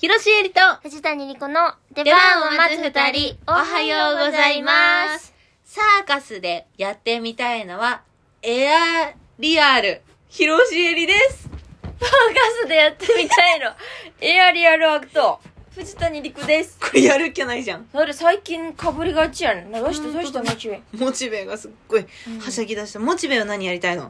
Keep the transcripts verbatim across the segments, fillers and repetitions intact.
広瀬えりと藤谷莉子の出出番を番を待つ待つ二人、 二人、おはようございます。サーカスでやってみたいのは、エアリアル、広瀬えりです。 サーカスでやってみたいの。エアリアルアクト。藤谷莉子です。 これやる気ないじゃん。 それ最近かぶりがちやん。どうしたどうしたモチベ。 モチベがすっごいはしゃぎ出した。モチベは何やりたいの？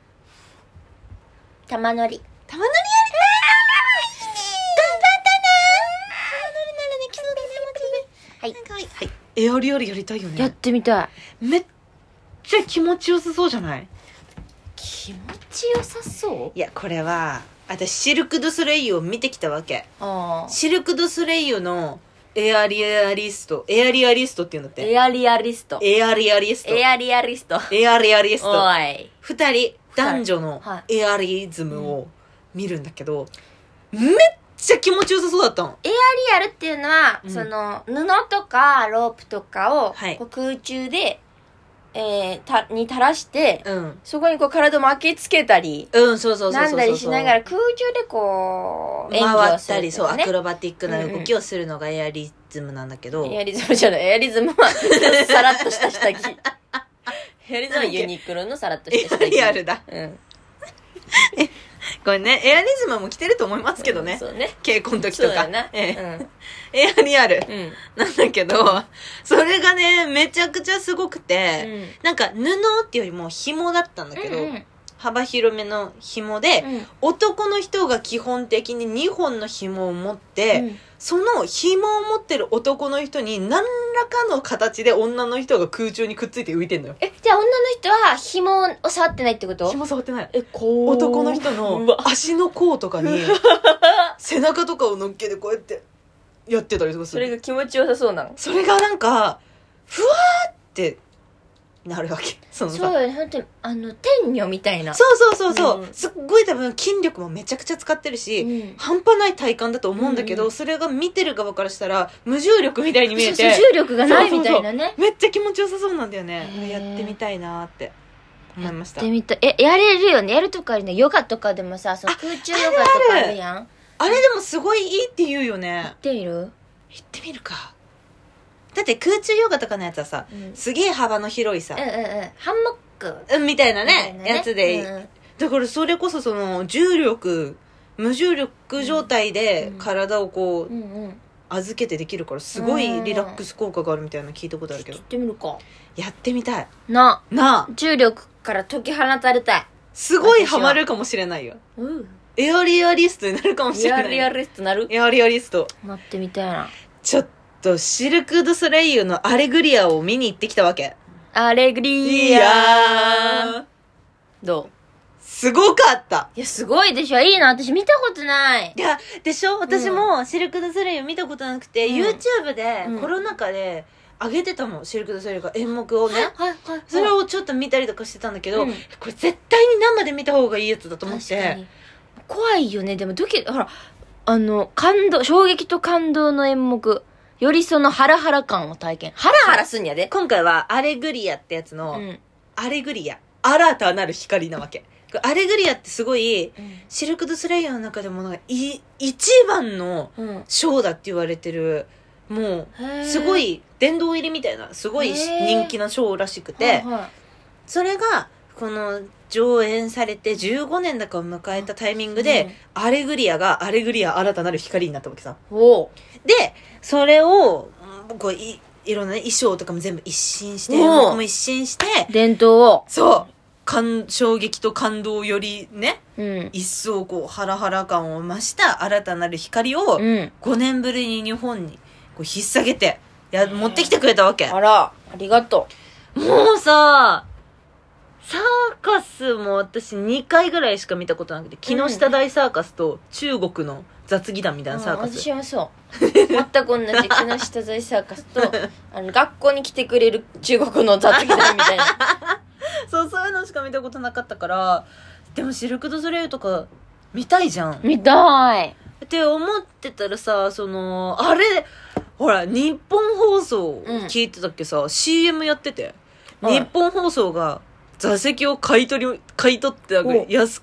玉乗り。 玉乗りやりたい。頑張ったな。玉乗りならね、きそうだね、モチベ。はい。はい。エアリアルやりたいよね。 やってみたい。 めっちゃ気持ちよさそうじゃない？ 気持ちよさそう？ いや、これは、私、シルク・ドゥ・ソレイユを見てきたわけ。 あシルク・ドゥ・ソレイユのエアリアリスト。エアリアリストって言うんだって。 エアリアリスト。 エアリアリスト。 エアリアリスト。 エアリアリスト。 おい。 二人、男女のはエアリズムを見るんだけど、めっちゃ気持ちよさそうだったの。 エアリアルっていうのは、 うんその布とかロープとかを、 はいこう空中で、えー、たに垂らして、 うん。 そこにこう体を巻きつけたり、 うん、そうそうそうそうそう。 なんだりしながら空中でこう演技回をするったり、そう、アクロロバティックな動きをするのがエアリズムなんだけど、 エアリズムじゃないエアリズムはさらっとした下着エアリズムはユニクロのさらっとした下着エアリアルだ。 うんこれね、エアリズムも着てると思いますけどね。 うんそうね稽古の時とか。 そうだよな、 ええエアリアル。 うんうんなんだけど、それがね、めちゃくちゃすごくて、 うんなんか布っていうよりも紐だったんだけど、 うんうん幅広めの紐で、 うん男の人が基本的ににほんの紐を持って、 うんその紐を持ってる男の人に何らかの形で女の人が空中にくっついて浮いてんのよ。 えじゃあ女の人は紐を触ってないってこと？ 紐触ってない。 えこう男の人うのわ足の甲とかに背中とかを乗っけてこうやってやってたりとかすそれる。 が気持ちよさそうなの？ それがなんかふわーってなるわけ。そのさそうよね本当にあの天女みたいなそうそうそうそう、 うんすっごい多分筋力もめちゃくちゃ使ってるし、 うん半端ない体感だと思うんだけど、 うんうんそれが見てる側からしたら無重力みたいに見えて、 そうそう重力がないみたいなね。 めっちゃ気持ちよさそうなんだよね。 へーやってみたいなーって思いました。 やってみたい。え、やれるよね。やるとかあるね。ヨガとかでもさ、その空中ヨガとかあるやん。 あれでもすごいいいって言うよね。 行ってみる？ 行ってみるか。だって空中ヨガとかのやつはさ、 うんすげえ幅の広いさうん、うんうん。ハンモック。 うんみたいなみたいねなねやつで、 うんうんだからそれこそその重力無重力状態でうん体をこううんうん。 預けてできるからすごいリラックス効果があるみたいなの聞いたことあるけど行ってみるか。 やってみたいな、 なあ。 重力から解き放たれたい。 すごいハマるかもしれないよ。 うん。 エアリアリストになるかもしれない。 リアルリアリストなる？ エアリアリスト。 なってみたいな。 ちょっとシルク・ドゥ・ソレイユのアレグリアを見に行ってきたわけ。 アレグリーいやアーどう？ すごかったいや、すごいでしょ。いいな。私見たことないい。や、でしょ私もシルク・ドゥ・ソレイユ見たことなくて、 うん YouTube でうんコロナ禍で上げてたもん、シルク・ドゥ・ソレイユが演目をね。 はいはいはい。 それをちょっと見たりとかしてたんだけど、 うんこれ絶対に生で見た方がいいやつだと思っ確かてに。怖いよね。でもドキほらあの感動衝撃と感動の演目よりそのハラハラ感を体験ハラハラすんやで。 今回はアレグリアってやつの、 うんアレグリア新たなる光なわけ。これアレグリアってすごいシルク・ドゥ・ソレイユの中でもなんかい一番のうんショーだって言われてる、もへーうすごい殿堂入りみたいなすごいへー人気なショーらしくて、 はいはいそれがこの上演されてじゅうごねんだかを迎えたタイミングで、 うんアレグリアがアレグリア新たなる光になったわけさ。 おうでそれをうんこういいろんな、ね、衣装とかも全部一新してお演目も一新して伝統をそう感衝撃と感動をよりねうん一層こうハラハラ感を増した新たなる光をうんごねんぶりに日本にこう引っ提げてや持ってきてくれたわけ。 あらありがともうさサーカスも私にかいぐらいしか見たことなくて、木下大サーカスと中国の雑技団みたいうなサーカス、 私はそう全く同じ木下大サーカスとあの学校に来てくれる中国の雑技団みたいなそうそういうのしか見たことなかったから。でもシルク・ドゥ・ソレイユとか見たいじゃん見たいって思ってたらさ、そのあれほら日本放送聞いてたっけさ、うん、シーエム やってて、はい、日本放送が座席を買い取り買い取ってなんか安く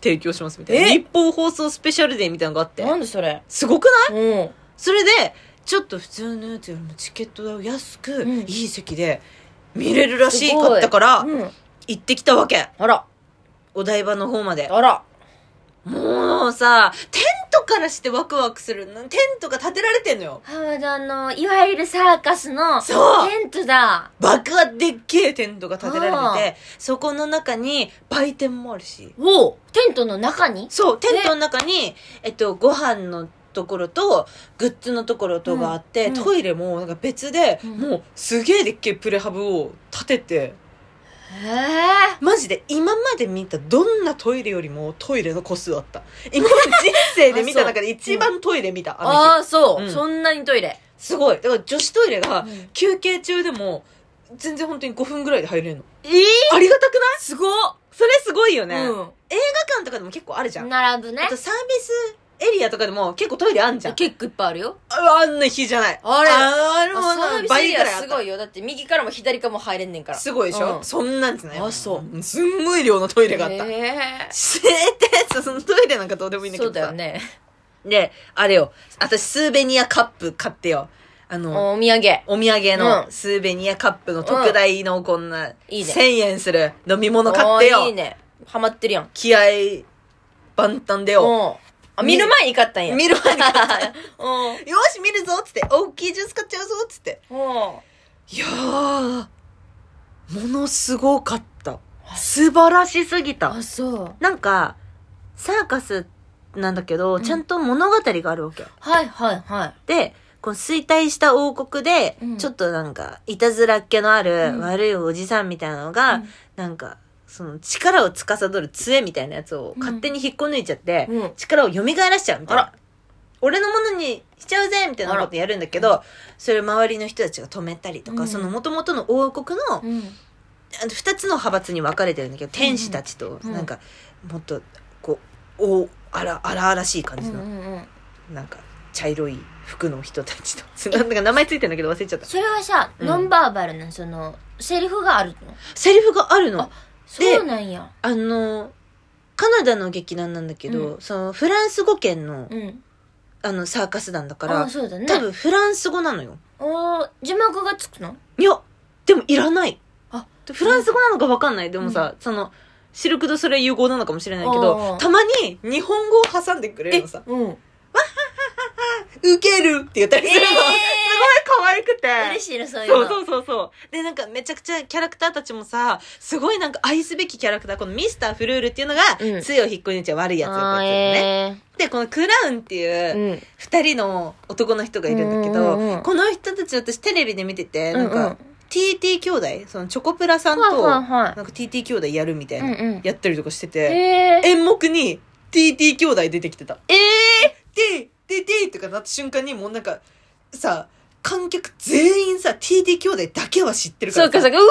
提供しますみたいな。 え日報放送スペシャルデーみたいなのがあって。 なんでそれ。 すごくない？ うん。 それで、ちょっと普通のやつよりもチケット代を安く、 うんいい席で見れるらしいかったから、 うん。 行ってきたわけ。 あら。 お台場の方まで。 あら。 もうさ、テントからしてワクワクする。テントが建てられてんのよ。 あの、いわゆるサーカスのそうテントだ。 爆破でっけえテントが建てられあてて、そこの中に売店もあるし。 おうテントの中にそう、テントの中に、えっと、ご飯のところと、グッズのところとがあって、 うんうんトイレもなんか別で、 うんもうすげえでっけえプレハブを建てて、 へえ。 マジで今まで見たどんなトイレよりもトイレの個数あった。今まで人生で見た中で一番トイレ見た。あの日ああ、そう、 うんそんなにトイレ。 すごい。だから女子トイレがうん休憩中でも全然本当にごふんぐらいで入れるの。 ええありがたくない？ すごっ。 それすごいよね。映画う館とかでも結構あるじゃん。 ん。並ぶねあと。サービスエリアとかでも結構トイレあんじゃん。 結構いっぱいあるよ。 ああんな日じゃない。 あれあれもサービスエリア倍ぐらいあった。 すごいよ。だって右からも左からも入れんねんから。 すごいでしょ、 うんそんなんじゃない。 あそうすんごい量のトイレがあった。 へえ。 せーてそのトイレなんかどうでもいいんだけそどさ。 うだよね。 で、あれよ。私、スーベニアカップ買ってよ。あの、 お土産。 お土産のうんスーベニアカップの特大のこんな、 いいねせんえんする飲み物買ってよ。 おーいいね。ハマってるやん。 気合万端でよ。 おうあ、見る前に買ったんや。 見る前に買った。よおうし、見るぞっつって、大きいジュース買っちゃうぞっつって。 おういやー、ものすごかった。素晴らしすぎた。 あ、そう。 なんか、サーカスなんだけど、 うんちゃんと物語があるわけ。 はいはいはい。 で、こう衰退した王国で、 うんちょっとなんか、いたずらっ気のあうるん悪いおじさんみたいなのが、 うんなんか、その力を司る杖みたいなやつを勝手に引っこ抜いちゃって、 うん力を蘇らしちゃうみたいなあら。 俺のものにしちゃうぜみたいなことやるんだけど、それを周りの人たちが止めたりとか、 うんその元々の王国のうん。 あの二つの派閥に分かれてるんだけど、天使たちと、 うんなんか、もっと、こう、お、あら、荒々しい感じの、 うんうんうん。 なんか、茶色い服の人たちと、すなんか名前ついてるんだけど忘れちゃった。 それはさ、 うんノンバーバルな、その、セリフがあるのセリフがあるの。 あそうなんや。 あの、カナダの劇団なんだけど、 うその、フランス語圏の、 うん。 あの、サーカス団だから、 あ、そうだね。 多分フランス語なのよ。 おー字幕がつくのいや、でもいらない。 あ、 フランス語なのか分かんない。でもさ、その、シルク・ドゥ・ソレイユ語なのかもしれないけおど、 ーたまに日本語を挟んでくれるのさ。 うん。 ウケるって言ったりするの。 えーすごい可愛くて。 嬉しいね、そういうの。 そうそうそうそう。で、なんかめちゃくちゃキャラクターたちもさ、すごいなんか愛すべきキャラクター、このミスター・フルールっていうのが、 うん杖を引っこ抜いちゃう悪いやつだったあーんですよね。 えで、このクラウンっていう、 ーうん。 二人の男の人がいるんだけど、 うんうんうんこの人たち私テレビで見てて、なんか、 うんうんティーティー 兄弟、そのチョコプラさんと、 はいはいはいなんか ティーティー 兄弟やるみたいな、 うんうんやったりとかしてて、 えー、 演目に ティーティー 兄弟出てきてた。 えティー、ティーティーとかなった瞬間にもうなんか、さ、観客全員さ、ティーティー 兄弟だけは知ってるー、 からさ。 そうかそうか、うわ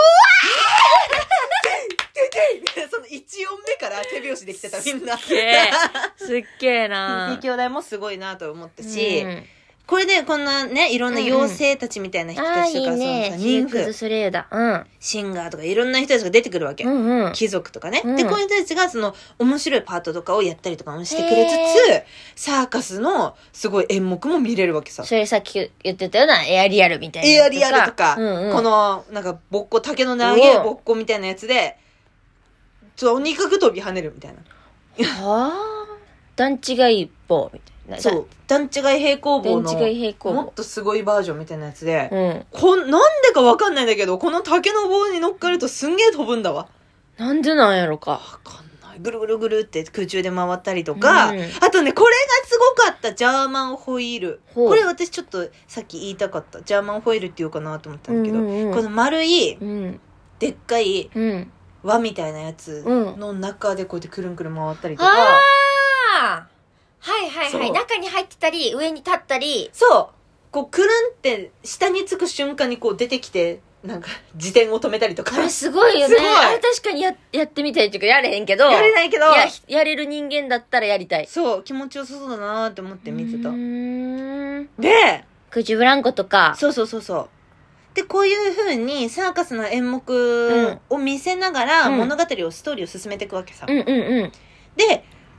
ティーティーみたいなそのいち音目から手拍子できてたみんな。 すっげえすっげえティーなティー 兄弟もすごいなと思ったし、 うんこれでこんなね、いろんな妖精たちみたいな人あーいいたちとか、そのねさ、 シルク・ドゥ・妊婦、 ソレイユだ。うん。 シンガーとかいろんな人たちが出てくるわけ。 うんうん。 貴族とかね。 うんで、こういう人たちがその面白いパートとかをやったりとかもしてくれつへつ、サーカスのすごい演目も見れるわけさ。 それさっき言ってたようなエアリアルみたいなエアやつリアルとか、 うんうん、 この、なんか、ぼっこ、竹の長いぼっこみたいなやつで、とにかく飛び跳ねるみたいな。 はあ。段違い棒みたいな。 そう。段違い平行棒の、 段違い平行棒もっとすごいバージョンみたいなやつで、 うん。 こん、なんでかわかんないんだけど、この竹の棒に乗っかるとすんげえ飛ぶんだわ。 なんでなんやろか。 わかんない。ぐるぐるぐるって空中で回ったりとか、 うんあとね、これがすごかった、ジャーマンホイール。 ほうこれ私ちょっとさっき言いたかった。ジャーマンホイールって言おうかなと思ったんだけど、 うんうんうんこの丸い、 うん。 でっかいうん。 輪みたいなやつの中でこうやってくるんくるん回ったりとか、 ああはいはいそうはい。中に入ってたり、上に立ったり。 そうこうくるんって下につく瞬間にこう出てきて、なんか自転を止めたりとか。 あれすごいよね。 すごいあれ確かにややってみたいっていうか、やれへんけど。 やれないけど、 や、やれる人間だったらやりたい。 そう、気持ちよさそうだなーって思って見てたう。ーん。 で、 空中ブランコとか。 そうそうそうそう。で、こういう風にサーカスの演目を見せながらうん物語を、ストーリーを進めていくわけさ。 うんうんうん。 で、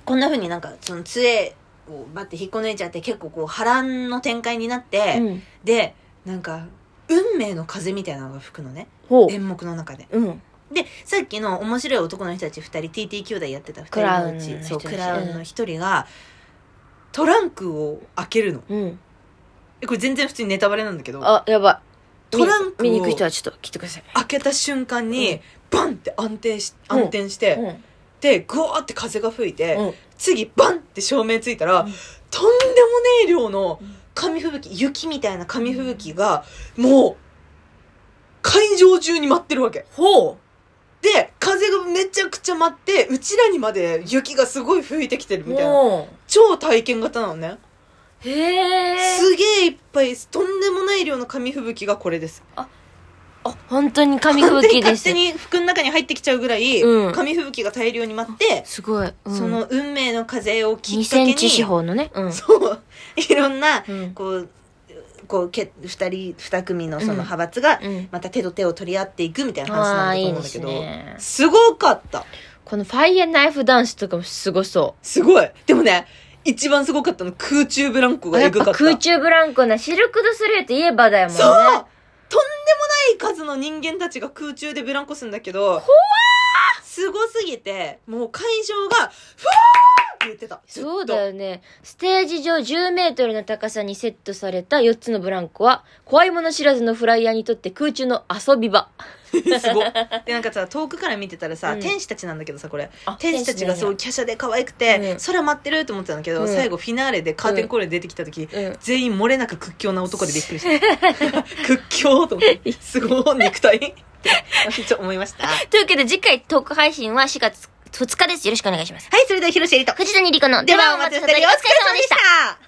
こんな風になんかその杖をバッて引っこ抜いちゃって結構こう波乱の展開になって、 うん、 でなんか運命の風みたいなのが吹くのね、演目の中で。 うんでさっきの面白い男の人たちふたり ティーティー 兄弟やってたふたりのうち、そうクラウンのひとりがトランクを開けるの、 うん、 これ全然普通にネタバレなんだけど、 あやばい、 トランクを見に行く人はちょっと来てください。 開けた瞬間に、うん、バンって安定しうん暗転して、 うん、 でグワーって風が吹いて、 うん、 次バンって照明ついたら、うん、とんでもねえ量の紙吹雪、雪みたいな紙吹雪がもう会場中に舞ってるわけ。 ほうで風がめちゃくちゃ舞ってうちらにまで雪がすごい吹いてきてるみたいな超体験型なのね。 へえ。 すげえいっぱいとんでもない量の紙吹雪がこれです。 ああ本当に紙吹雪です。 勝手に服の中に入ってきちゃうぐらい、うん、紙吹雪が大量に舞ってすごい、うん、 その運命の風をきっかけににセンチ四方のね、 うん、そういろんな、 うん、 こうこうけ二人二組のその派閥がまた手と手を取り合っていくみたいな話なんだと思うんだけど、うん、いいですね、すごかった。 このファイヤーナイフダンスとかもすごそう。 すごい。でもね一番すごかったの空中ブランコがエグかった。 空中ブランコな、シルク・ドゥ・ソレイユといえばだよもんね。 そうとんでもない数の人間たちが空中でブランコするんだけど、 怖ーすごすぎてもう会場がふわーって言ってた。 そうだよね。ステージ上じゅうメートルの高さにセットされたよっつのブランコは怖いもの知らずのフライヤーにとって空中の遊び場。 すごい。でなんかさ遠くから見てたらさ、うん、天使たちなんだけどさ、これ天使たちがそう華奢で可愛くて、うん、空待ってると思ってたんだけど、うん、最後フィナーレでカーテンコールで出てきた時、うん、全員漏れなく屈強な男でびっくりした屈強と思ってすごい肉体ってちょっと思いました。 というわけで次回トーク配信はしがつふつかです。よろしくお願いします。 はい、それでは広瀬えりと藤谷莉子のではお待ちしておりお疲れ様でした。